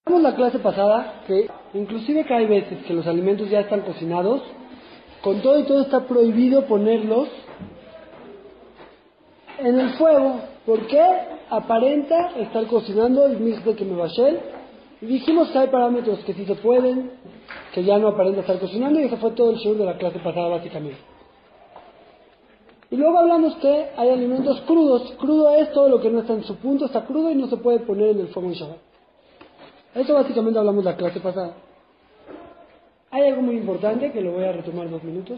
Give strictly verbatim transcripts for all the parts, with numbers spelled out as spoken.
Vimos la clase pasada que inclusive que hay veces que los alimentos ya están cocinados, con todo y todo está prohibido ponerlos en el fuego, porque aparenta estar cocinando el mismo que me bashel. Y dijimos que hay parámetros que sí se pueden, que ya no aparenta estar cocinando, y ese fue todo el show de la clase pasada básicamente. Y luego hablamos que hay alimentos crudos. Crudo es todo lo que no está en su punto, está crudo y no se puede poner en el fuego en Shabbat. Eso básicamente hablamos la clase pasada. Hay algo muy importante que lo voy a retomar dos minutos.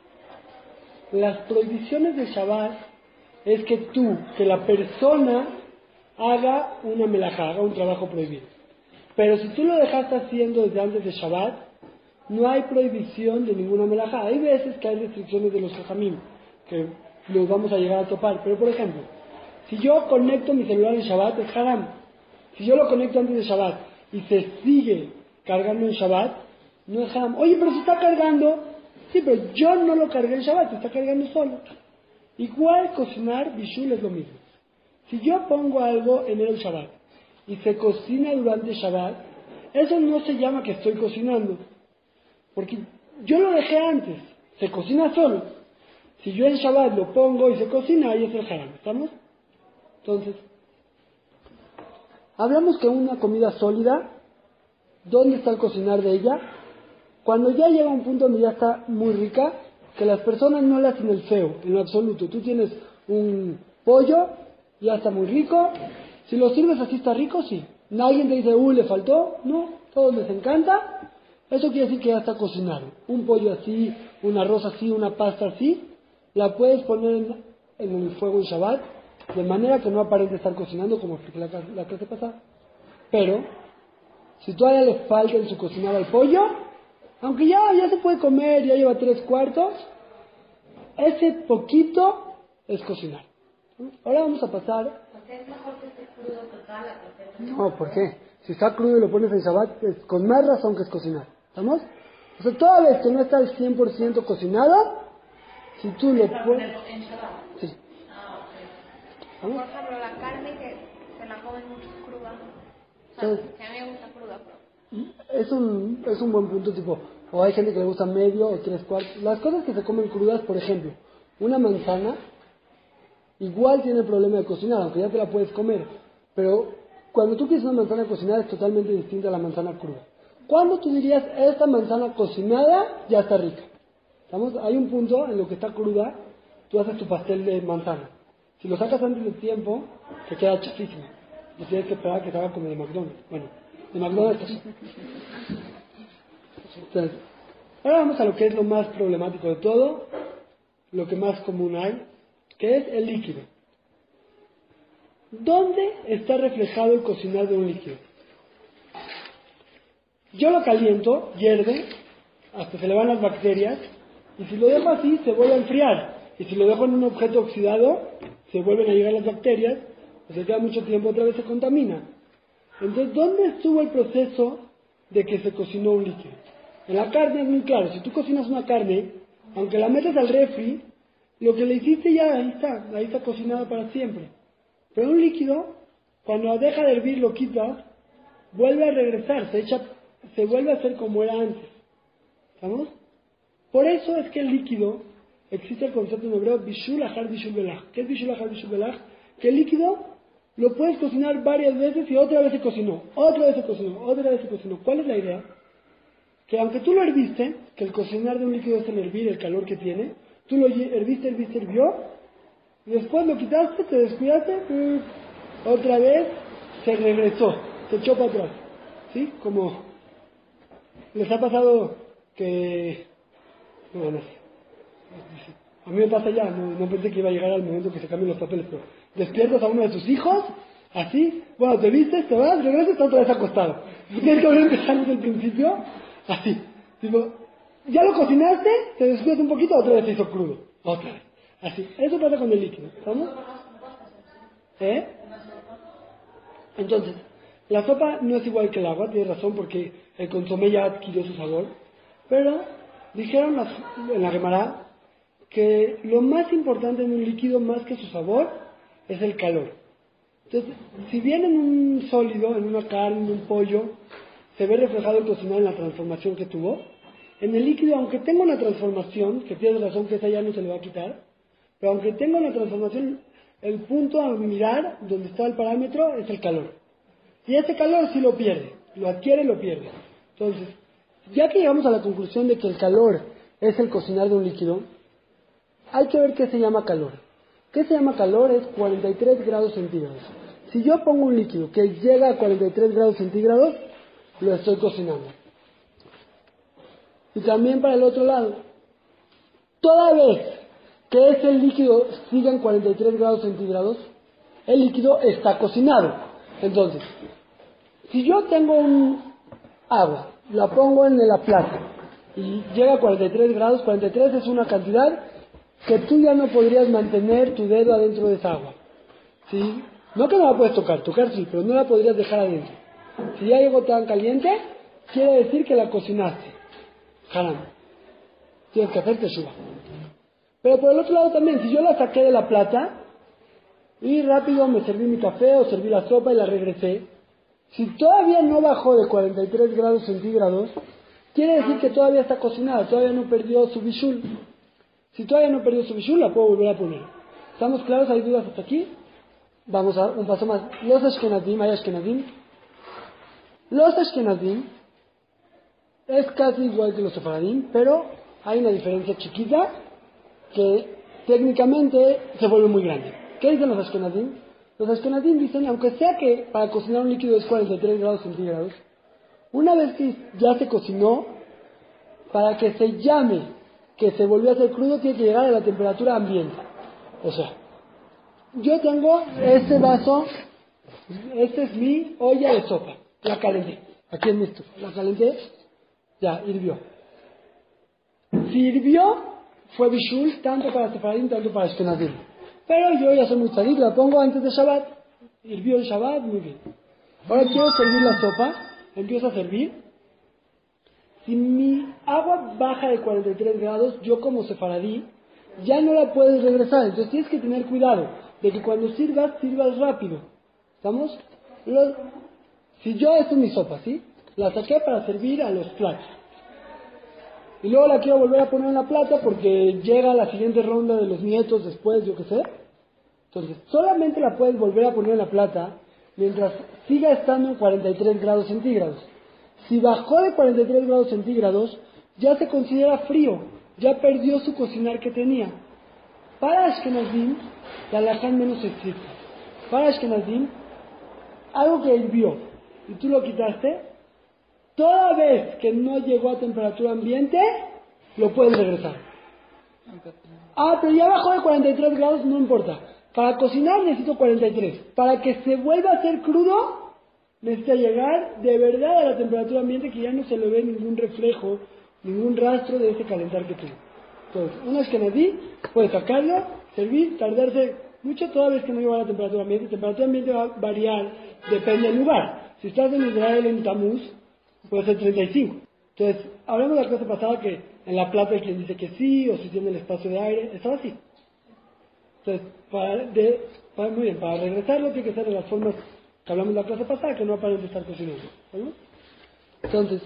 Las prohibiciones de Shabbat es que tú, que la persona haga una melajá, haga un trabajo prohibido. Pero si tú lo dejaste haciendo desde antes de Shabbat, no hay prohibición de ninguna melajá. Hay veces que hay restricciones de los jajamim, que los vamos a llegar a topar. Pero por ejemplo, si yo conecto mi celular en Shabbat, es haram. Si yo lo conecto antes de Shabbat y se sigue cargando en Shabbat, no es haram. Oye, pero se está cargando. Sí, pero yo no lo cargué en Shabbat, se está cargando solo. Igual cocinar bishul es lo mismo. Si yo pongo algo en el Shabbat y se cocina durante Shabbat, eso no se llama que estoy cocinando, porque yo lo dejé antes, se cocina solo. Si yo en Shabbat lo pongo y se cocina, ahí es el haram, ¿estamos? Entonces, hablamos que una comida sólida, ¿dónde está el cocinar de ella? Cuando ya llega a un punto donde ya está muy rica, que las personas no le hacen el feo, en lo absoluto. Tú tienes un pollo, ya está muy rico. Si lo sirves así está rico, sí. Nadie te dice, uy, le faltó. No, todos les encanta. Eso quiere decir que ya está cocinado. Un pollo así, un arroz así, una pasta así, la puedes poner en, en el fuego en Shabbat, de manera que no aparente estar cocinando, como expliqué la, la clase pasada. Pero, si todavía le falta en su cocinado al pollo, aunque ya, ya se puede comer, ya lleva tres cuartos, ese poquito es cocinar. Ahora vamos a pasar... ¿Es mejor que esté crudo total a que esté No, ¿por qué? Si está crudo y lo pones en Shabbat, es con más razón que es cocinar. ¿Estamos? O sea, toda vez que no está al cien por ciento cocinado, si tú lo pones... en Shabbat? Sí. Ah, ok. ¿Estamos? Por ejemplo, la carne que se la comen muchos cruda. O sea, Entonces, que a mí me gusta cruda, pero... Es un, es un buen punto, tipo, o hay gente que le gusta medio o tres cuartos. Las cosas que se comen crudas, por ejemplo, una manzana, igual tiene el problema de cocinar, aunque ya te la puedes comer. Pero cuando tú quieres una manzana cocinada es totalmente distinta a la manzana cruda. ¿Cuándo tú dirías, esta manzana cocinada ya está rica? ¿Estamos? Hay un punto en lo que está cruda, tú haces tu pastel de manzana. Si lo sacas antes del tiempo, te queda chafísimo. Y tienes que esperar a que se haga como de McDonald's. Bueno, de McDonald's. Entonces, ahora vamos a lo que es lo más problemático de todo, lo que más común hay, que es el líquido. ¿Dónde está reflejado el cocinar de un líquido? Yo lo caliento, hierve, hasta se le van las bacterias, y si lo dejo así, se vuelve a enfriar. Y si lo dejo en un objeto oxidado, se vuelven a llegar las bacterias, o se queda mucho tiempo, otra vez se contamina. Entonces, ¿dónde estuvo el proceso de que se cocinó un líquido? En la carne es muy claro. Si tú cocinas una carne, aunque la metas al refri, lo que le hiciste ya ahí está, ahí está cocinado para siempre. Pero un líquido, cuando deja de hervir, lo quitas, vuelve a regresar, se echa, se vuelve a hacer como era antes. ¿Estamos? Por eso es que el líquido, existe el concepto en hebreo, bishul achar bishul belach. ¿Qué es bishul achar bishul belach? Que el líquido lo puedes cocinar varias veces y otra vez se cocinó, otra vez se cocinó, otra vez se cocinó. ¿Cuál es la idea? Que aunque tú lo herviste, que el cocinar de un líquido es el hervir, el calor que tiene, tú lo herviste, herviste, hirvió, y después lo quitaste, te descuidaste, y otra vez se regresó, se echó para atrás. ¿Sí? Como les ha pasado que... No, no sé. A mí me pasa ya, no, no pensé que iba a llegar al momento que se cambien los papeles, pero despiertas a uno de tus hijos, así, bueno, te vistes, te vas, regresas, está otra vez acostado. Tienes que volver a empezar desde el principio, así. Tipo, ya lo cocinaste, te descuidas un poquito, otra vez se hizo crudo, otra vez. Así, eso pasa con el líquido, ¿estamos? ¿Eh? Entonces, la sopa no es igual que el agua, tienes razón, porque el consomé ya adquirió su sabor, pero dijeron las, en la Gemara que lo más importante en un líquido, más que su sabor, es el calor. Entonces, si bien en un sólido, en una carne, en un pollo, se ve reflejado el cocinar en la transformación que tuvo. En el líquido, aunque tenga una transformación, que tienes razón que esa ya no se le va a quitar, pero aunque tenga una transformación, el punto a mirar donde está el parámetro es el calor. Y ese calor sí lo pierde, lo adquiere y lo pierde. Entonces, ya que llegamos a la conclusión de que el calor es el cocinar de un líquido, hay que ver qué se llama calor. ¿Qué se llama calor? Es cuarenta y tres grados centígrados. Si yo pongo un líquido que llega a cuarenta y tres grados centígrados, lo estoy cocinando. Y también para el otro lado, toda vez que ese líquido siga en cuarenta y tres grados centígrados, el líquido está cocinado. Entonces, si yo tengo un agua, la pongo en la plata y llega a cuarenta y tres grados, cuarenta y tres es una cantidad que tú ya no podrías mantener tu dedo adentro de esa agua. ¿Sí? No que no la puedes tocar, tocar sí, pero no la podrías dejar adentro. Si ya llegó tan caliente, quiere decir que la cocinaste. Haram. Tienes que hacer teshuva. Pero por el otro lado también, si yo la saqué de la plata y rápido me serví mi café o serví la sopa y la regresé, si todavía no bajó de cuarenta y tres grados centígrados, quiere decir que todavía está cocinada, todavía no perdió su bishul. Si todavía no perdió su bishul, la puedo volver a poner. ¿Estamos claros? ¿Hay dudas hasta aquí? Vamos a un paso más. Los Ashkenazim, hay Ashkenazim. Los Ashkenazim es casi igual que los Sefaradim, pero hay una diferencia chiquita que técnicamente se vuelve muy grande. ¿Qué dicen los Ashkenazim? Los Ashkenazim dicen, aunque sea que para cocinar un líquido es cuarenta y tres grados centígrados, una vez que ya se cocinó, para que se llame que se volvió a hacer crudo, tiene que llegar a la temperatura ambiente. O sea, yo tengo este vaso, esta es mi olla de sopa, la calenté, aquí en mi estufa, la calenté, ya, hirvió. Si hirvió, fue bishul, tanto para Sefaradim, tanto para Ashkenazim. Pero yo ya soy muy tzadik, la pongo antes de Shabbat, hirvió el Shabbat, muy bien. Ahora quiero servir la sopa, empiezo a servir. Si mi agua baja de cuarenta y tres grados, yo como sefaradí, ya no la puedes regresar. Entonces tienes que tener cuidado de que cuando sirvas, sirvas rápido. ¿Estamos? Los, si yo, esta es mi sopa, ¿sí? La saqué para servir a los platos. Y luego la quiero volver a poner en la plata porque llega la siguiente ronda de los nietos después, yo qué sé. Entonces, solamente la puedes volver a poner en la plata mientras siga estando en cuarenta y tres grados centígrados. Si bajó de cuarenta y tres grados centígrados, ya se considera frío, ya perdió su cocinar que tenía. Para Ashkenazim, la halajá es menos estricta. Para Ashkenazim, algo que hirvió y tú lo quitaste, toda vez que no llegó a temperatura ambiente, lo puedes regresar. Ah, pero ya bajó de cuarenta y tres grados, no importa. Para cocinar necesito cuarenta y tres. Para que se vuelva a hacer crudo, necesita llegar de verdad a la temperatura ambiente, que ya no se le ve ningún reflejo, ningún rastro de ese calentar que tuvo. Entonces, una vez que me di, puedes sacarlo, servir, tardarse mucho toda vez que no llegó a la temperatura ambiente. La temperatura ambiente va a variar, depende del lugar. Si estás en Israel, en Tamuz, puede ser treinta y cinco. Entonces, hablamos de la clase pasada que en la plata hay quien dice que sí, o si tiene el espacio de aire, estaba así. Entonces, para, de, para, muy bien, para regresarlo tiene que ser de las formas que hablamos de la clase pasada, que no aparente estar cocinando. ¿Vale? Entonces,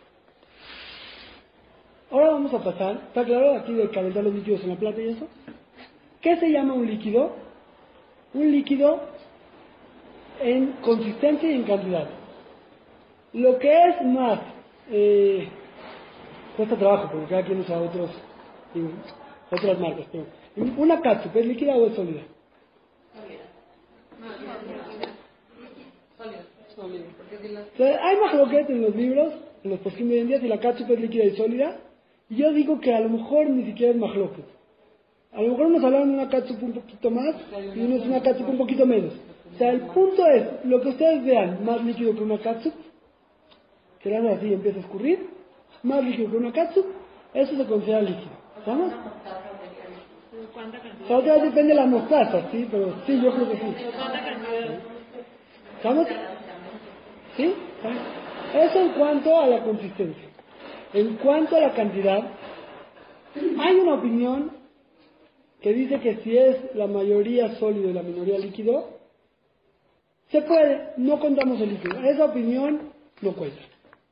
ahora vamos a pasar, ¿está claro aquí de calentar los líquidos en la plata y eso? ¿Qué se llama un líquido? Un líquido en consistencia y en cantidad. Lo que es más, eh, cuesta trabajo porque cada quien usa otros, otras marcas, pero una catsup, ¿es líquida o es sólida? Sólida. Entonces, hay mahloket en los libros, en los poskim de hoy en día, si la catsup es líquida y sólida, y yo digo que a lo mejor ni siquiera es mahloket. A lo mejor nos hablaron de una catsup un poquito más y uno es una catsup un poquito menos. O sea, el punto es, lo que ustedes vean más líquido que una catsup, que la así y empieza a escurrir, más líquido que una catsup, eso se considera líquido. ¿Estamos? O sea, otra vez depende de la mostaza, sí, pero sí, yo creo que sí. ¿Estamos? ¿Sí? ¿Estamos? Eso en cuanto a la consistencia. En cuanto a la cantidad, hay una opinión que dice que si es la mayoría sólido y la minoría líquido, se puede, no contamos el líquido. Esa opinión no cuenta.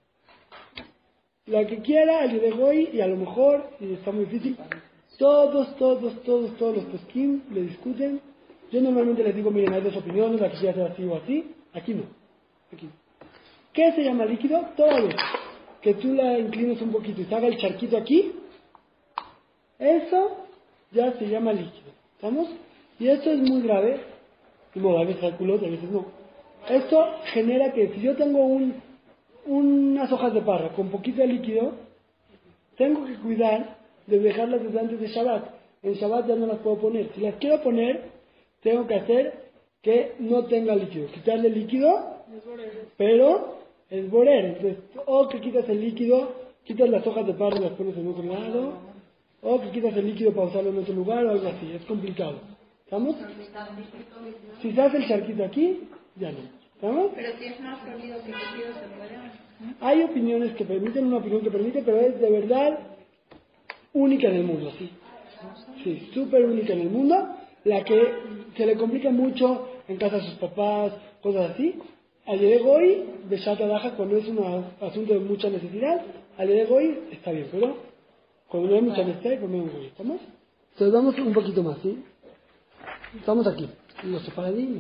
La que quiera, al Yedegoy, y a lo mejor, y está muy difícil, todos, todos, todos, todos los poskim le discuten. Yo normalmente les digo, miren, hay dos opiniones, la que quiera hacer así o así. Aquí no. Aquí no. ¿Qué se llama líquido? Toda vez que tú la inclines un poquito y se haga el charquito aquí, eso ya se llama líquido. ¿Estamos? Y esto es muy grave. Y bueno, a veces cálculos, a veces no. Esto genera que si yo tengo un, unas hojas de parra con poquito de líquido, tengo que cuidar de dejarlas desde antes de Shabbat. En Shabbat ya no las puedo poner. Si las quiero poner, tengo que hacer que no tenga líquido. Quitarle líquido, pero es borer. Entonces, o que quitas el líquido, quitas las hojas de parra y las pones en otro lado, o que quitas el líquido para usarlo en otro lugar o algo así. Es complicado. ¿Estamos? Si se hace el charquito aquí, ya no. ¿Estamos? Pero si es más sólido que líquido, se puede. Hay opiniones que permiten, una opinión que permite, pero es de verdad única en el mundo, sí. Sí, súper única en el mundo. La que se le complica mucho en casa de sus papás, cosas así. Al de hoy, de Shata Daja, cuando es un asunto de mucha necesidad, al de hoy está bien, pero cuando no hay mucha necesidad, pues no hay un goy. ¿Estamos? Entonces vamos un poquito más, ¿sí? Estamos aquí, los separadines.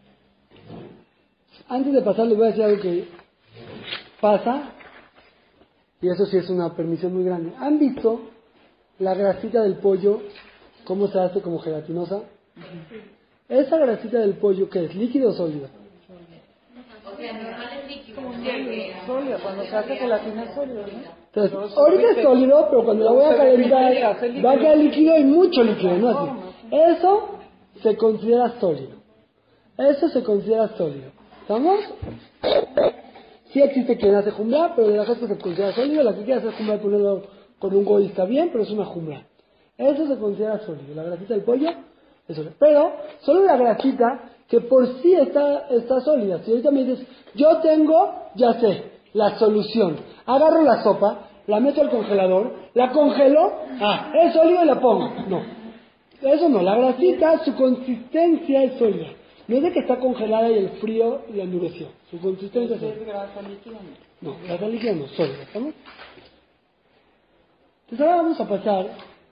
Antes de pasar, les voy a decir algo que pasa, y eso sí es una permisión muy grande. ¿Han visto la grasita del pollo, cómo se hace como gelatinosa? Esa grasita del pollo, ¿qué es? ¿Líquido o sólido? O sea, normal es líquido. Sólido, cuando se hace gelatina es sólido, ¿no? Entonces, ahorita es sólido, pero cuando la voy a calentar, va a quedar líquido y mucho líquido, ¿no? Así. Eso se considera sólido. Eso se considera sólido. ¿Estamos? Sí existe quien hace jumbra, pero de la gente se considera sólido. La que quiere hacer jumbra ponerlo con un goy está bien, pero es una jumbra. Eso se considera sólido. La grasita del pollo es sólida. Pero solo la grasita que por sí está, está sólida. Si ahorita me dices, yo tengo, ya sé, la solución. Agarro la sopa, la meto al congelador, la congelo, ah, es sólido y la pongo. No. Eso no. La grasita, su consistencia es sólida. No es de que está congelada y el frío la endureció. Su consistencia es sólida. ¿Es grasa líquida? No, grasa líquida no, sólida. ¿Estamos? Entonces ahora vamos a pasar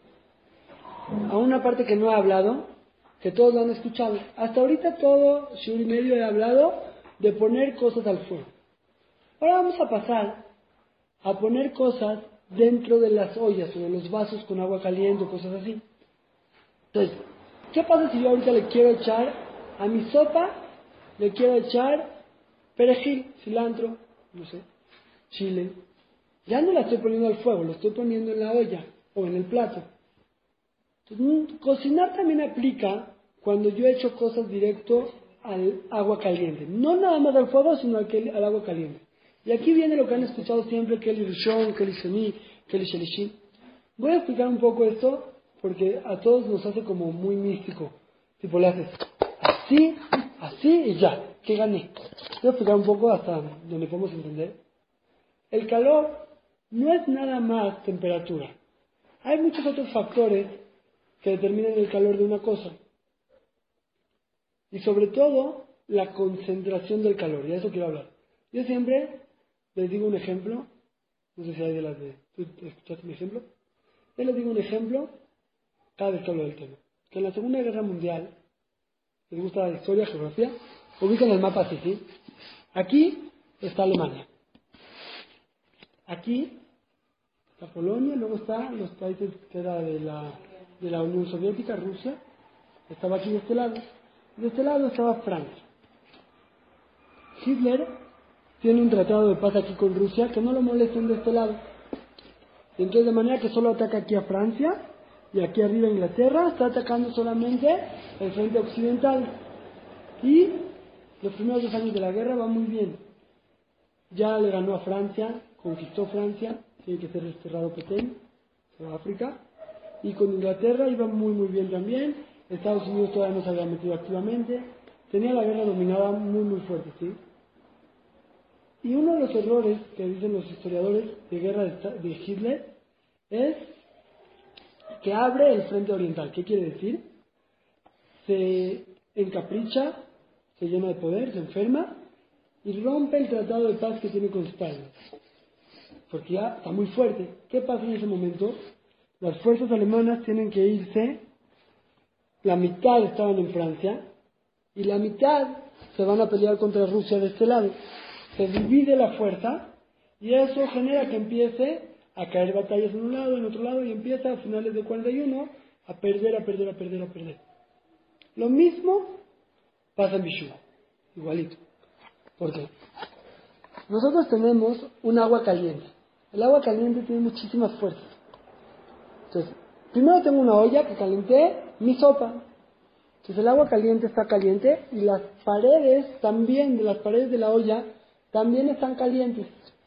a una parte que no he hablado, que todos lo han escuchado. Hasta ahorita todo, shiur y medio, he hablado de poner cosas al fuego. Ahora vamos a pasar a poner cosas dentro de las ollas o de los vasos con agua caliente o cosas así. Entonces, ¿qué pasa si yo ahorita le quiero echar a mi sopa, le quiero echar perejil, cilantro, no sé, chile? Ya no la estoy poniendo al fuego, lo estoy poniendo en la olla o en el plato. Entonces, cocinar también aplica cuando yo echo cosas directo al agua caliente. No nada más al fuego, sino al, al agua caliente. Y aquí viene lo que han escuchado siempre, Keli Rishon, Keli Sheni, Keli Shelishim. Voy a explicar un poco esto, porque a todos nos hace como muy místico. Tipo, le haces así, así y ya, que gané. Voy a explicar un poco hasta donde podemos entender. El calor no es nada más temperatura. Hay muchos otros factores que determinan el calor de una cosa. Y sobre todo, la concentración del calor. Y a eso quiero hablar. Yo siempre les digo un ejemplo. No sé si hay de las de... ¿Tú escuchaste mi ejemplo? Yo les digo un ejemplo cada vez que hablo del tema. Que en la Segunda Guerra Mundial, les gusta la historia, geografía, ubican el mapa así, ¿sí? Aquí está Alemania. Aquí está Polonia, luego están los países que era de la, de la Unión Soviética, Rusia. Estaba aquí de este lado. De este lado estaba Francia. Hitler tiene un tratado de paz aquí con Rusia que no lo molesten de este lado. Entonces, de manera que solo ataca aquí a Francia y aquí arriba a Inglaterra, está atacando solamente el frente occidental. Y los primeros dos años de la guerra van muy bien. Ya le ganó a Francia, conquistó Francia, tiene que ser desterrado Petén, se va a África. Y con Inglaterra iba muy muy bien también. Estados Unidos todavía no se había metido activamente. Tenía la guerra dominada muy muy fuerte, ¿sí? Y uno de los errores que dicen los historiadores de guerra de Hitler es que abre el frente oriental. ¿Qué quiere decir? Se encapricha, se llena de poder, se enferma y rompe el tratado de paz que tiene con Stalin. porque ya está muy fuerte. ¿Qué pasa en ese momento? Las fuerzas alemanas tienen que irse, la mitad estaban en Francia, y la mitad se van a pelear contra Rusia de este lado. Se divide la fuerza, y eso genera que empiece a caer batallas en un lado, en otro lado, y empieza a finales de cuarenta y uno a perder, a perder, a perder, a perder. Lo mismo pasa en Bishua, igualito. ¿Por qué? Nosotros tenemos un agua caliente. El agua caliente tiene muchísimas fuerzas. Entonces, primero tengo una olla que calenté mi sopa. Entonces el agua caliente está caliente y las paredes también, de las paredes de la olla, también están calientes.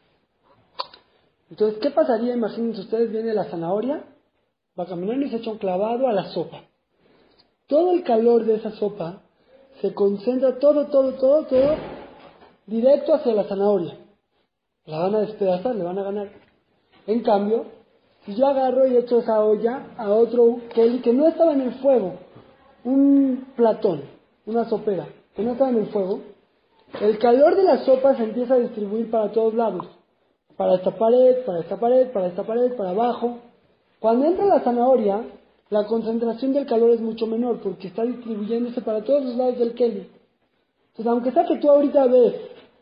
Entonces, ¿qué pasaría? Imagínense ustedes, viene la zanahoria, va caminando y se echa un clavado a la sopa. Todo el calor de esa sopa se concentra, todo, todo, todo, todo, directo hacia la zanahoria. La van a despedazar, le van a ganar. En cambio, si yo agarro y echo esa olla a otro que, que no estaba en el fuego, un platón, una sopera, que no estaba en el fuego, el calor de la sopa se empieza a distribuir para todos lados. Para esta pared, para esta pared, para esta pared, para abajo. Cuando entra la zanahoria, la concentración del calor es mucho menor, porque está distribuyéndose para todos los lados del Keli. Entonces, aunque sea que tú ahorita ves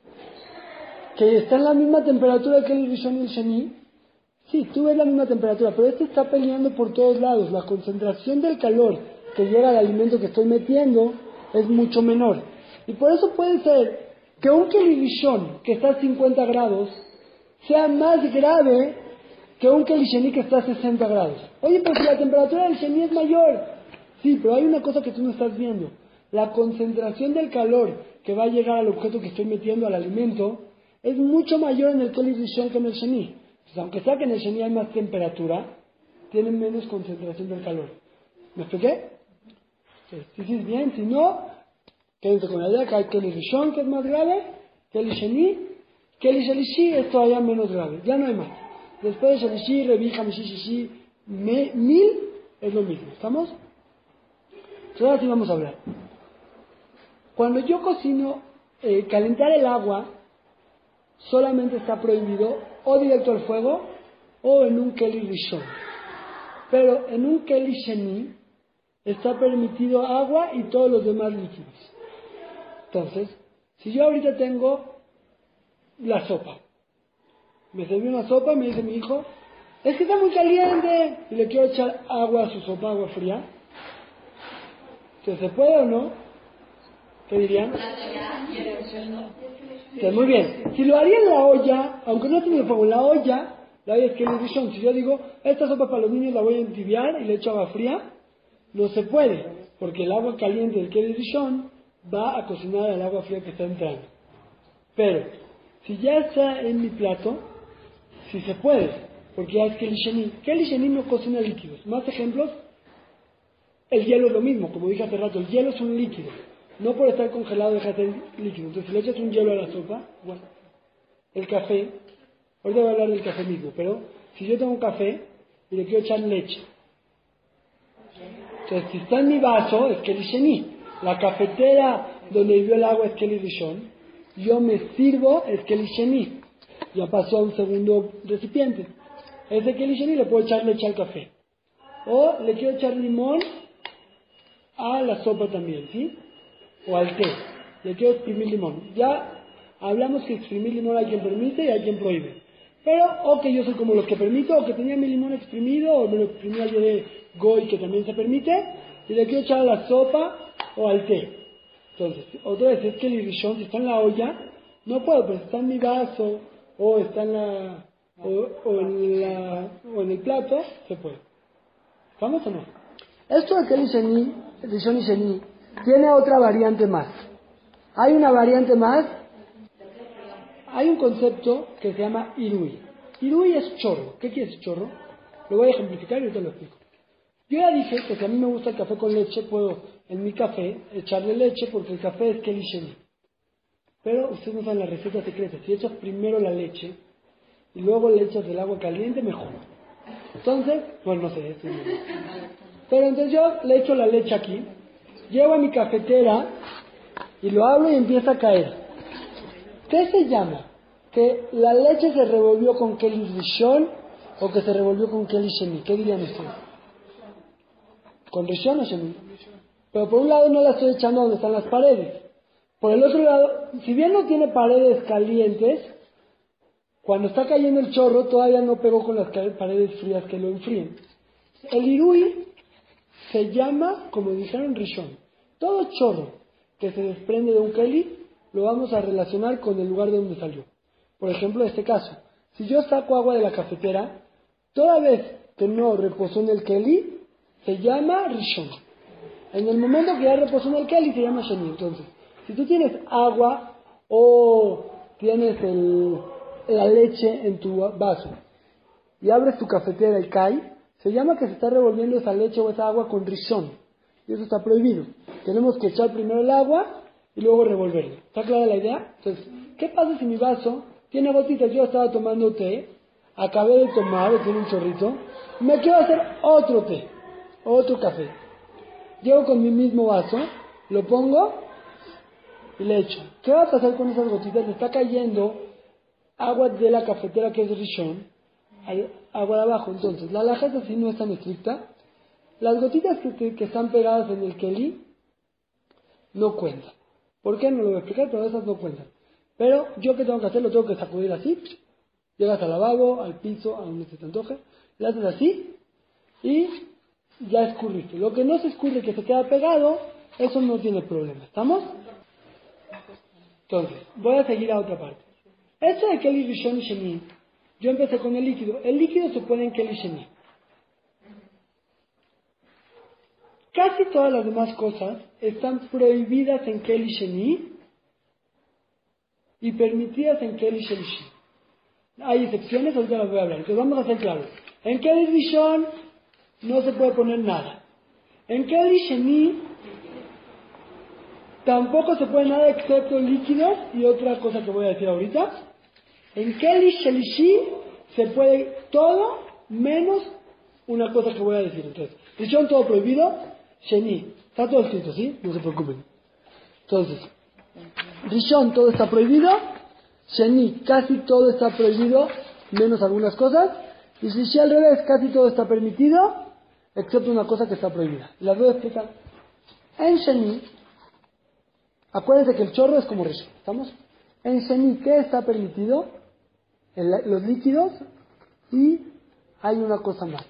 que está en la misma temperatura el Keli Rishon y el Sheni, sí, tú ves la misma temperatura, pero este está peleando por todos lados. La concentración del calor que llega al alimento que estoy metiendo es mucho menor. Y por eso puede ser que un Keli Rishon que está a cincuenta grados sea más grave que un Keli Sheni que está a sesenta grados. Oye, pero si la temperatura del Sheni es mayor. Sí, pero hay una cosa que tú no estás viendo. La concentración del calor que va a llegar al objeto que estoy metiendo, al alimento, es mucho mayor en el Keli Rishon que en el Sheni. Entonces, aunque sea que en el Sheni hay más temperatura, tiene menos concentración del calor. ¿Me expliqué? Si sí es bien, si no, quédense con la idea que hay Keli Rishon que es más grave, Keli Sheni, Keli Shelishi es todavía menos grave, ya no hay más. Después de Shelishi, Revi, Hamishi, Shishi, Mil es lo mismo, ¿estamos? Entonces ahora sí vamos a hablar. Cuando yo cocino, eh, calentar el agua solamente está prohibido o directo al fuego o en un Keli Rishon. Pero en un Keli Sheni está permitido agua y todos los demás líquidos. Entonces, si yo ahorita tengo la sopa, me sirvió una sopa, me dice mi hijo, es que está muy caliente, y le quiero echar agua a su sopa, agua fría. Entonces, ¿se puede o no? ¿Qué dirían? Entonces, muy bien. Si lo haría en la olla, aunque no tenga fuego, en la olla, la olla es Keli Rishon. Si yo digo, esta sopa para los niños la voy a entibiar y le echo agua fría, no se puede, porque el agua caliente del Keli Rishon va a cocinar el agua fría que está entrando. Pero, si ya está en mi plato, sí se puede, porque ya es Keli Sheni. Keli Sheni no cocina líquidos. Más ejemplos, el hielo es lo mismo, como dije hace rato, el hielo es un líquido. No por estar congelado deja de ser líquido. Entonces, si le echas un hielo a la sopa, bueno, el café, ahorita voy a hablar del café mismo, pero si yo tengo un café y le quiero echar leche, entonces si está en mi vaso es Keli Sheni. La cafetera donde vivió el agua es Keli Rishon. Yo me sirvo es Keli Sheni. Ya pasó a un segundo recipiente. Ese Keli Sheni le puedo echar leche al café. O le quiero echar limón a la sopa también, ¿sí? O al té. Le quiero exprimir limón. Ya hablamos que exprimir limón hay quien permite y hay quien prohíbe. Pero, o que yo soy como los que permito, o que tenía mi limón exprimido, o me lo exprimí al día de Goy, que también se permite, y le quiero echar a la sopa o al té. Entonces, otra vez es que el Rishon, si está en la olla, no puedo, pero si está en mi vaso, o está en la, o, o en la, o en el plato, se puede. ¿Vamos o no? Esto de Keli Sheni, Rishon y Sheni, tiene otra variante más. Hay una variante más. Hay un concepto que se llama Irui. Irui es chorro. ¿Qué quiere decir chorro? Lo voy a ejemplificar y ahorita lo explico. Yo ya dije que si a mí me gusta el café con leche, puedo en mi café echarle leche porque el café es Keli Sheni. Pero ustedes no saben la receta secreta. Si echas primero la leche y luego le echas el agua caliente, mejor. Entonces, bueno, no sé. Esto no. Pero entonces yo le echo la leche aquí, llevo a mi cafetera y lo abro y empieza a caer. ¿Qué se llama? que la leche se revolvió con Keli Rishon o que se revolvió con Keli Sheni. ¿Qué dirían ustedes? ¿Con Rishon o Sheni? Pero por un lado no la estoy echando donde están las paredes. Por el otro lado, si bien no tiene paredes calientes, cuando está cayendo el chorro todavía no pegó con las paredes frías que lo enfríen. El irui se llama, como dijeron, Rishon. Todo chorro que se desprende de un Keli lo vamos a relacionar con el lugar de donde salió. Por ejemplo, en este caso, si yo saco agua de la cafetera, toda vez que no reposó en el Keli, se llama Rishon. En el momento que ya reposó en el Keli, se llama Sheni. Entonces, si tú tienes agua o tienes el, la leche en tu vaso y abres tu cafetera y cae, se llama que se está revolviendo esa leche o esa agua con Rishon. Y eso está prohibido. Tenemos que echar primero el agua y luego revolverlo. ¿Está clara la idea? Entonces, ¿qué pasa si mi vaso tiene gotitas? Yo estaba tomando té, acabé de tomar, tiene un chorrito, y me quiero hacer otro té, otro café. Llego con mi mismo vaso, lo pongo y le echo. ¿Qué va a pasar con esas gotitas? Le está cayendo agua de la cafetera que es Rishon, agua de abajo. Entonces, la halajá es así, no es tan estricta. Las gotitas que, que, que están pegadas en el Keli no cuentan. ¿Por qué? No lo voy a explicar, pero esas no cuentan. Pero yo que tengo que hacer, lo tengo que sacudir así. Llegas al lavabo, al piso, a donde se te antoje, le haces así y ya escurriste. Lo que no se escurre, que se queda pegado, eso no tiene problema. ¿Estamos? Entonces, voy a seguir a otra parte. Esto de Keli Rishon y Sheni, yo empecé con el líquido. El líquido se pone en Keli Sheni. Casi todas las demás cosas están prohibidas en Keli Sheni y permitidas en Keli Shelishi. Hay excepciones, ahorita las voy a hablar. Entonces vamos a hacer claro. En Keli Rishon no se puede poner nada. En Keli Sheni tampoco se puede nada excepto líquidos y otra cosa que voy a decir ahorita. En Keli Shelishi se puede todo menos una cosa que voy a decir. Entonces, Rishon todo prohibido. Sheni, está todo escrito, ¿sí? No se preocupen. Entonces, Rishon todo está prohibido, Sheni casi todo está prohibido, menos algunas cosas, y Shlishi al revés, casi todo está permitido, excepto una cosa que está prohibida. Las voy a explicar. En Sheni, acuérdense que el chorro es como Rishon, ¿estamos? En Sheni, ¿qué está permitido? El, los líquidos, y hay una cosa más.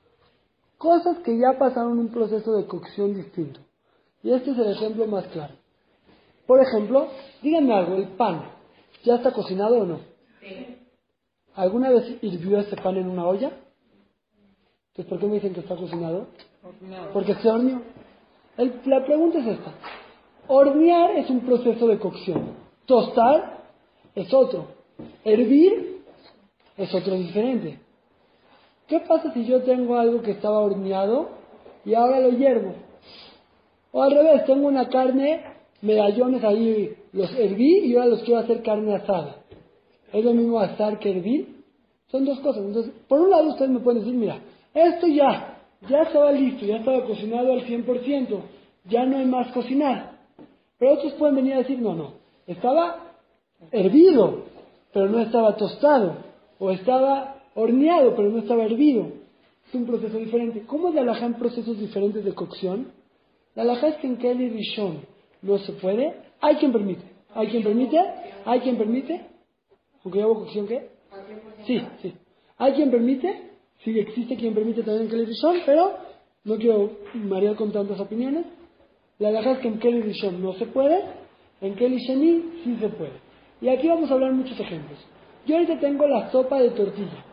Cosas que ya pasaron un proceso de cocción distinto. Y este es el ejemplo más claro. Por ejemplo, díganme algo, ¿el pan ya está cocinado o no? Sí. ¿Alguna vez hirvió este pan en una olla? Entonces, ¿por qué me dicen que está cocinado? Horneado. Porque se horneó. El, la pregunta es esta. Hornear es un proceso de cocción. Tostar es otro. Hervir es otro diferente. ¿Qué pasa si yo tengo algo que estaba horneado y ahora lo hiervo? O al revés, tengo una carne, medallones ahí, los herví y ahora los quiero hacer carne asada. ¿Es lo mismo asar que hervir? Son dos cosas. Entonces, por un lado ustedes me pueden decir, mira, esto ya, ya estaba listo, ya estaba cocinado al cien por ciento, ya no hay más cocinar. Pero otros pueden venir a decir, no, no, estaba hervido, pero no estaba tostado, o estaba horneado, pero no estaba hervido. Es un proceso diferente. ¿Cómo es la halajá en procesos diferentes de cocción? La halajá es que en Keli Rishon no se puede. Hay quien permite. Hay quien permite. Hay quien permite. ¿Aunque ya hubo cocción qué? Sí, sí. Hay quien permite. Sí, existe quien permite también en Keli Rishon, pero no quiero marear con tantas opiniones. La halajá es que en Keli Rishon no se puede. En Keli Sheni sí se puede. Y aquí vamos a hablar muchos ejemplos. Yo ahorita tengo la sopa de tortilla.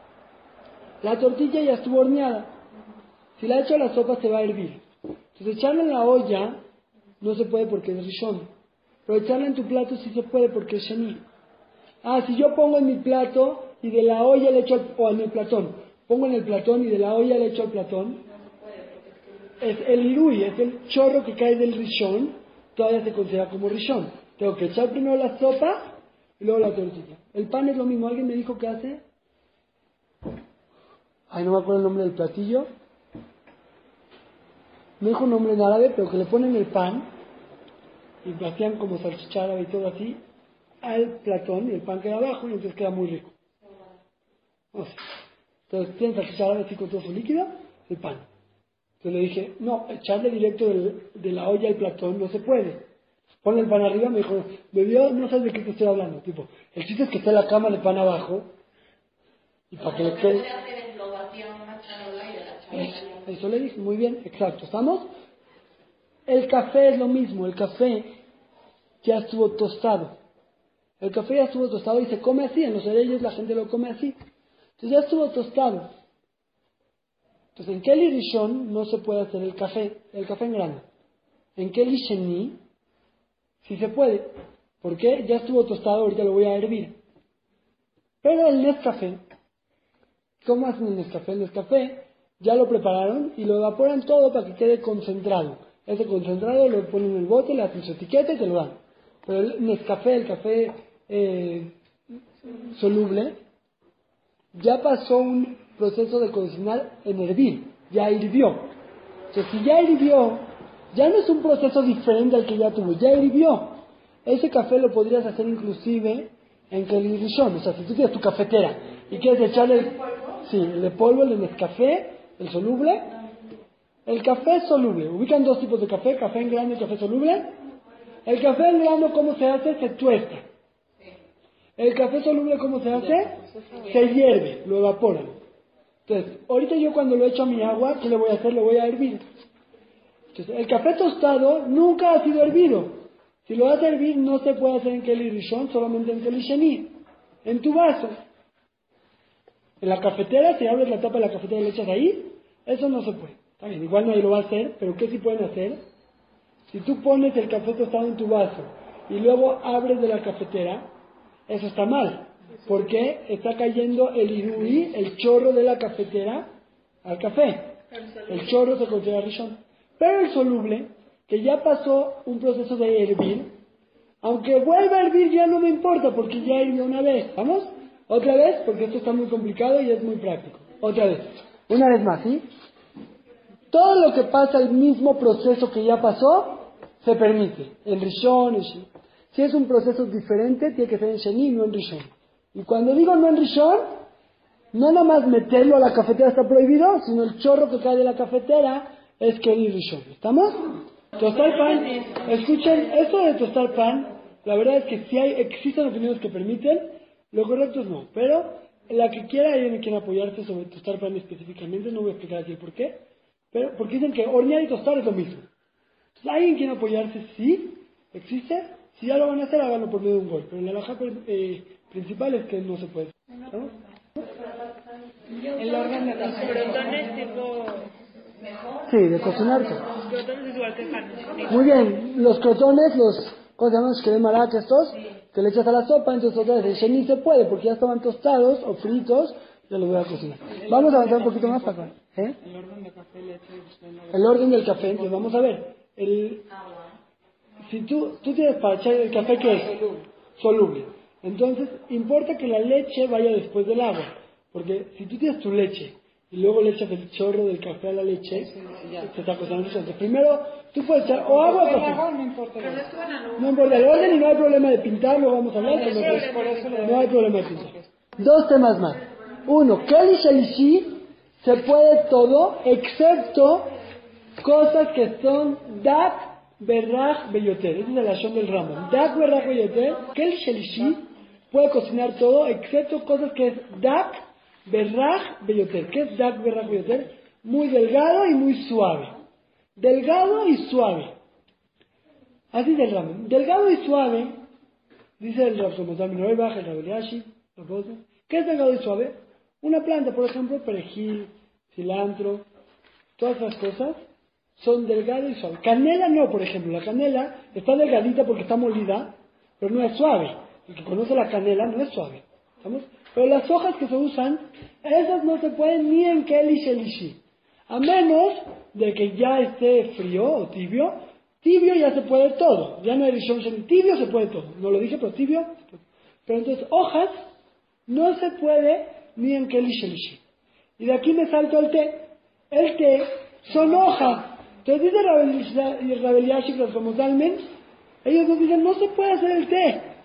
La tortilla ya estuvo horneada. Si la echo a la sopa se va a hervir. Entonces echarla en la olla no se puede porque es Rishon. Pero echarla en tu plato sí se puede porque es Sheni. Ah, si yo pongo en mi plato y de la olla le echo al, o en el platón, pongo en el platón y de la olla le echo al platón, es el irui, es el chorro que cae del Rishon, todavía se considera como Rishon. Tengo que echar primero la sopa y luego la tortilla. El pan es lo mismo. ¿Alguien me dijo qué hace? Ay, no me acuerdo el nombre del platillo. Me dijo un nombre en árabe, pero que le ponen el pan y lo hacían como salchicha árabe y todo así. al platón y el pan queda abajo y entonces queda muy rico. O sea, entonces tienes que echar así con todo su líquido el pan. Entonces le dije, no, echarle directo del, de la olla al platón no se puede. Pone el pan arriba, me dijo, bebió, no sabes de qué te estoy hablando. Tipo, el chiste es que esté la cama de pan abajo y para que le quede. Eso le dije, muy bien, exacto, ¿estamos? El café es lo mismo, el café ya estuvo tostado. El café ya estuvo tostado y se come así, en los hereyes la gente lo come así. Entonces ya estuvo tostado. Entonces en Keli Rishon no se puede hacer el café, el café en grano. En Keli Sheni sí se puede. ¿Por qué? Ya estuvo tostado, ahorita lo voy a hervir. Pero el Nescafé, ¿cómo hacen el Nescafé? El Nescafé ya lo prepararon y lo evaporan todo para que quede concentrado. Ese concentrado lo ponen en el bote, le hacen su etiqueta y te lo dan. Pero el Nescafé, el café eh, soluble, ya pasó un proceso de cocinar en hervir, ya hirvió. Entonces, si ya hirvió, ya no es un proceso diferente al que ya tuvo, ya hirvió. Ese café lo podrías hacer inclusive en Keli Rishon. O sea, si tú tienes tu cafetera y quieres echarle el, sí, el de polvo, el de Nescafé, el soluble. El café soluble. Ubican dos tipos de café, café en grano y café soluble. El café en grano, ¿cómo se hace? Se tuesta. El café soluble, ¿cómo se hace? Se hierve, lo evaporan. Entonces, ahorita yo cuando lo echo a mi agua, ¿qué le voy a hacer? Lo voy a hervir. Entonces, el café tostado nunca ha sido hervido. Si lo vas a hervir, no se puede hacer en Keli Rishon, solamente en Keli Sheni. En tu vaso. En la cafetera, si abres la tapa de la cafetera y lo echas ahí, eso no se puede. Está bien, igual nadie lo va a hacer, pero ¿qué sí pueden hacer? Si tú pones el café tostado en tu vaso y luego abres de la cafetera, eso está mal. Porque está cayendo el irui, el chorro de la cafetera, al café. El chorro se considera rishon. Pero el soluble, que ya pasó un proceso de hervir, aunque vuelva a hervir ya no me importa, porque ya hirvió una vez. ¿Vamos? Otra vez, porque esto está muy complicado y es muy práctico. Otra vez. Una vez más, ¿sí? Todo lo que pasa, el mismo proceso que ya pasó, se permite. En Rishon, en Sheni. Si es un proceso diferente, tiene que ser en Sheni, no en Rishon. Y cuando digo no en Rishon, no nada más meterlo a la cafetera está prohibido, sino el chorro que cae de la cafetera es Keli Rishon. ¿Estamos? Tostar pan, escuchen, esto de tostar pan, la verdad es que si hay, existen opiniones que permiten, lo correcto es no. Pero la que quiera, alguien quiere apoyarse sobre tostar pan específicamente, no voy a explicar aquí el por qué. Pero porque dicen que hornear y tostar es lo mismo. Entonces, ¿alguien quiere apoyarse? Sí, existe. Si ya lo van a hacer, háganlo por medio de un gol. Pero la laja eh, principal es que no se puede. ¿No? El orden de Los crotones tipo... Sí, de cocinarse. Los crotones es igual que el pan. Muy bien, los crotones, los, ¿cómo se llaman? Los que de maraca estos, que le echas a la sopa, entonces otra vez el sheni se puede, porque ya estaban tostados o fritos, ya los voy a cocinar. Vamos a avanzar un poquito más para acá. ¿Eh? El orden de café, leche, El orden del café, entonces vamos a ver. El, si tú, tú tienes para echar el café, ¿qué es? Soluble. Entonces, importa que la leche vaya después del agua. Porque si tú tienes tu leche y luego le echas el chorro del café a la leche, se está cocinando. Entonces, primero, tú puedes echar o agua o café. No importa. No importa el orden y no hay problema de pintarlo, vamos a hablar. No, no hay problema de pintar. Dos temas más. Uno, Keli Shelishi se puede todo excepto cosas que son Dak, Berraj, Beyoter. Ese es el ashon del Rambam. Dak, Berraj, Beyoter. Keli Shelishi puede cocinar todo excepto cosas que es Dak, Berraj, Beyoter. ¿Qué es Dak, Berraj, Beyoter? Muy delgado y muy suave. Delgado y suave. Así es el Rambam. Delgado y suave, dice el Rav Shlomo Minor Bach, el Rav Eliashib, ¿qué es delgado y suave? Una planta, por ejemplo, perejil, cilantro, todas esas cosas son delgadas y suaves. Canela no, por ejemplo. La canela está delgadita porque está molida, pero no es suave. El que conoce la canela no es suave. ¿Estamos? Pero las hojas que se usan, esas no se pueden ni en Keli Shelishi. A menos de que ya esté frío o tibio. Tibio ya se puede todo. Ya no hay Rishon Sheni. Tibio se puede todo. No lo dije, pero tibio. Pero entonces, hojas no se puede ni en Keli Shelishi. Y de aquí me salto al té. El té son hojas. Entonces dice Rabel Yashik, como Dalmen, ellos nos dicen, no se puede hacer el té.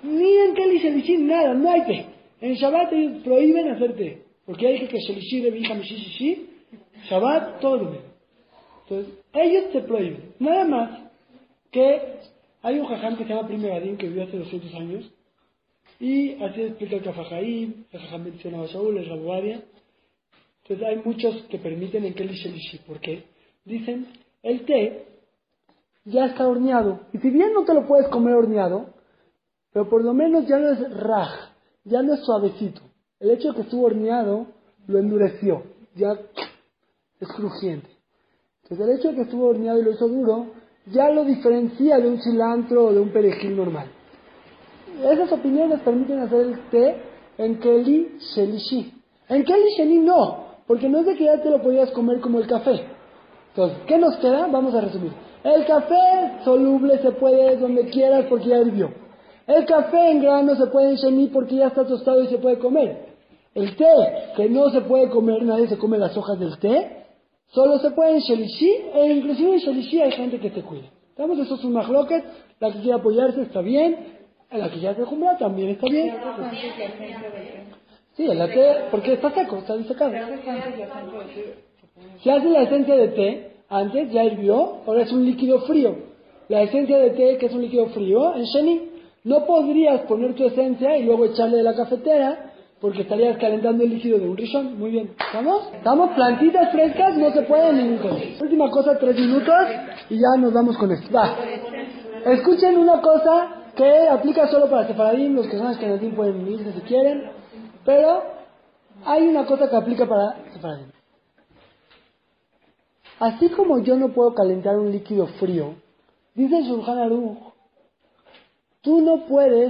Ni en Keli Shelishi, nada, no hay té. En Shabbat ellos prohíben hacer té. Porque hay que Shelishi, Revi, Hamishi, Shishi, Shabbat, todo lo mismo. Entonces, ellos te prohíben. Nada más que hay un jajam que se llama Pri Megadim que vivió hace doscientos años. Y así explica el Kafajaim, el jajam mencionaba a Shaul, el Rabuadia. Entonces hay muchos que permiten en Keli Shelishi. Porque dicen, el té ya está horneado. Y si bien no te lo puedes comer horneado, pero por lo menos ya no es raj, ya no es suavecito. El hecho de que estuvo horneado lo endureció, ya es crujiente. Entonces el hecho de que estuvo horneado y lo hizo duro, ya lo diferencia de un cilantro o de un perejil normal. Esas opiniones permiten hacer el té en Keli Shelishi. En Keli Sheni no, porque no es de que ya te lo podías comer como el café. Entonces, ¿qué nos queda? Vamos a resumir. El café soluble se puede donde quieras porque ya hirvió. El café en grano se puede en Sheni porque ya está tostado y se puede comer. El té, que no se puede comer, nadie se come las hojas del té, solo se puede en Shelishi, e inclusive en Shelishi hay gente que te cuida. Estamos, eso es un mahloket, la que quiera apoyarse está bien, la que ya se jumbra también está bien. Sí, el té, porque está seco, está disecado. Si hace la esencia de té, antes ya hirvió, ahora es un líquido frío. La esencia de té, que es un líquido frío, en Sheni, no podrías poner tu esencia y luego echarle de la cafetera, porque estarías calentando el líquido de un rishon. Muy bien, ¿estamos? ¿Estamos? Plantitas frescas no se pueden en ningún caso. Última cosa, tres minutos, y ya nos vamos con esto. Va. Escuchen una cosa que aplica solo para Sefaradim, los que son Ashkenazim pueden irse si quieren, pero hay una cosa que aplica para Sefaradim. Así como yo no puedo calentar un líquido frío, dice el Shulchan Aruch, tú no puedes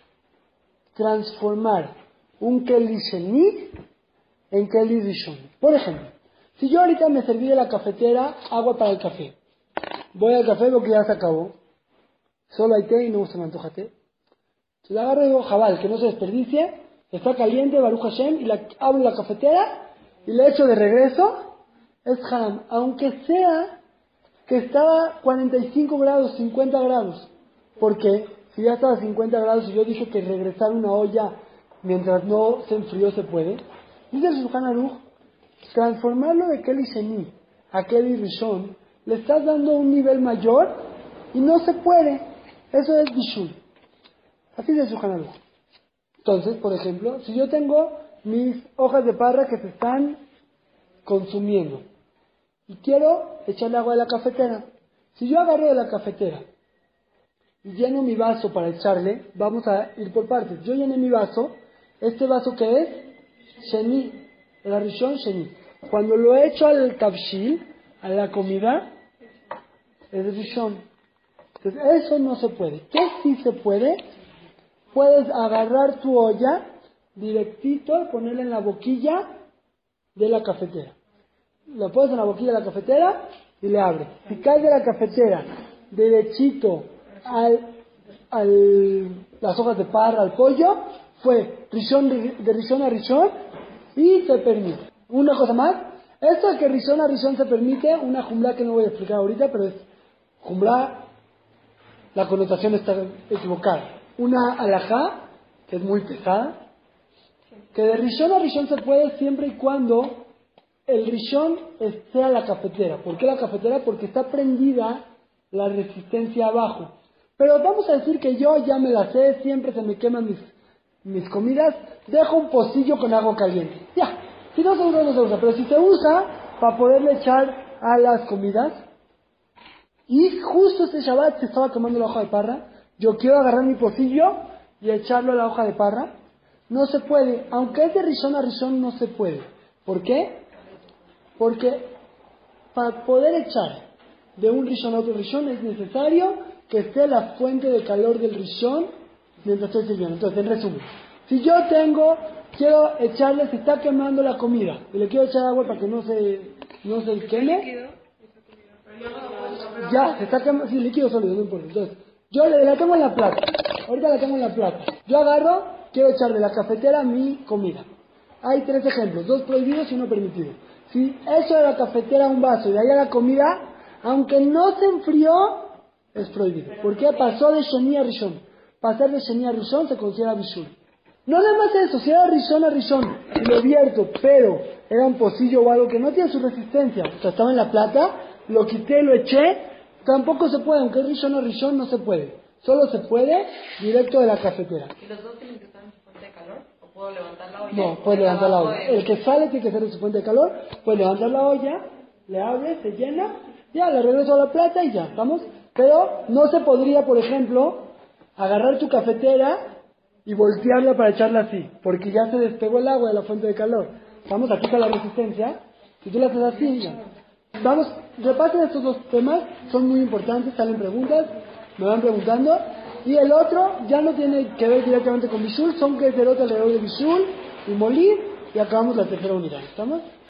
transformar un Keli Sheni en Keli Rishon. Por ejemplo, si yo ahorita me serví de la cafetera agua para el café, voy al café, veo que ya se acabó, solo hay té y no se me antoja té. Entonces agarro y digo, jabal, que no se desperdicie, está caliente, Baruch Hashem, y la, abro la cafetera y le echo de regreso. Es haram, aunque sea que estaba cuarenta y cinco grados, cincuenta grados. Porque si ya estaba a cincuenta grados y yo dije que regresar una olla mientras no se enfrió se puede. Dice el Shulchan Aruch, transformarlo de Keli Sheni a Keli Rishon, le estás dando un nivel mayor y no se puede. Eso es Bishul. Así dice el Shulchan Aruch. Entonces, por ejemplo, si yo tengo mis hojas de parra que se están consumiendo y quiero echarle agua de la cafetera, si yo agarro de la cafetera y lleno mi vaso para echarle, vamos a ir por partes. Yo llené mi vaso, este vaso que es Sheni, el Rishon Sheni. Cuando lo echo al tavshil, a la comida, es Rishon. Entonces eso no se puede. ¿Qué sí se puede? Puedes agarrar tu olla directito y ponerla en la boquilla de la cafetera. Lo pones en la boquilla de la cafetera y le abres. Si cae de la cafetera derechito al, al las hojas de parra, al pollo, fue rishon de, de rishon a rishon y se permite. Una cosa más, esto de que rishon a rishon se permite, una jumla que no voy a explicar ahorita, pero es jumla, la connotación está equivocada. Una alajá, que es muy pesada, que de rishon a rishon se puede siempre y cuando el rishon esté a la cafetera. ¿Por qué la cafetera? Porque está prendida la resistencia abajo. Pero vamos a decir que yo ya me la sé, siempre se me queman mis, mis comidas, dejo un pocillo con agua caliente. Ya, si no se usa, no se usa. Pero si se usa para poderle echar a las comidas, y justo este Shabbat se estaba quemando la hoja de parra, yo quiero agarrar mi pocillo y echarlo a la hoja de parra, no se puede. Aunque es de rishon a rishon, no se puede. ¿Por qué? Porque para poder echar de un rishon a otro rishon es necesario que esté la fuente de calor del rishon mientras estoy sirviendo. Entonces, en resumen, si yo tengo, quiero echarle, se está quemando la comida y le quiero echar agua para que no se, no se queme, ya, se está quemando, sí, líquido sólido, no importa. Entonces, yo le, la tengo en la plata, ahorita la tengo en la plata, yo agarro, quiero echar de la cafetera mi comida. Hay tres ejemplos, dos prohibidos y uno permitido. Si echo de la cafetera un vaso y de ahí a la comida, aunque no se enfrió, es prohibido. ¿Por qué? Pasó de Sheni a Rishon. pasar de Sheni a Rishon se considera Bishul. No nada más eso, si era Rishon a Rishon, si lo vierto, pero era un pocillo o algo que no tiene su resistencia, o sea, estaba en la plata, lo quité, lo eché, tampoco se puede, aunque es Rishon a Rishon no se puede. Solo se puede directo de la cafetera. ¿Y los dos tienen que estar en su fuente de calor? ¿O puedo levantar la olla? No, puedes levantar la olla. El que sale tiene que ser de su fuente de calor, puedes levantar la olla, le abre, se llena, ya, le regreso a la plata y ya, ¿estamos? Pero no se podría, por ejemplo, agarrar tu cafetera y voltearla para echarla así, porque ya se despegó el agua de la fuente de calor. Vamos, aquí está la resistencia, si tú la haces así, ya. Vamos, repasen estos dos temas, son muy importantes, salen preguntas, me van preguntando. Y el otro ya no tiene que ver directamente con Bishul, son que es alrededor de Bishul y Molir, y acabamos la tercera unidad, ¿estamos?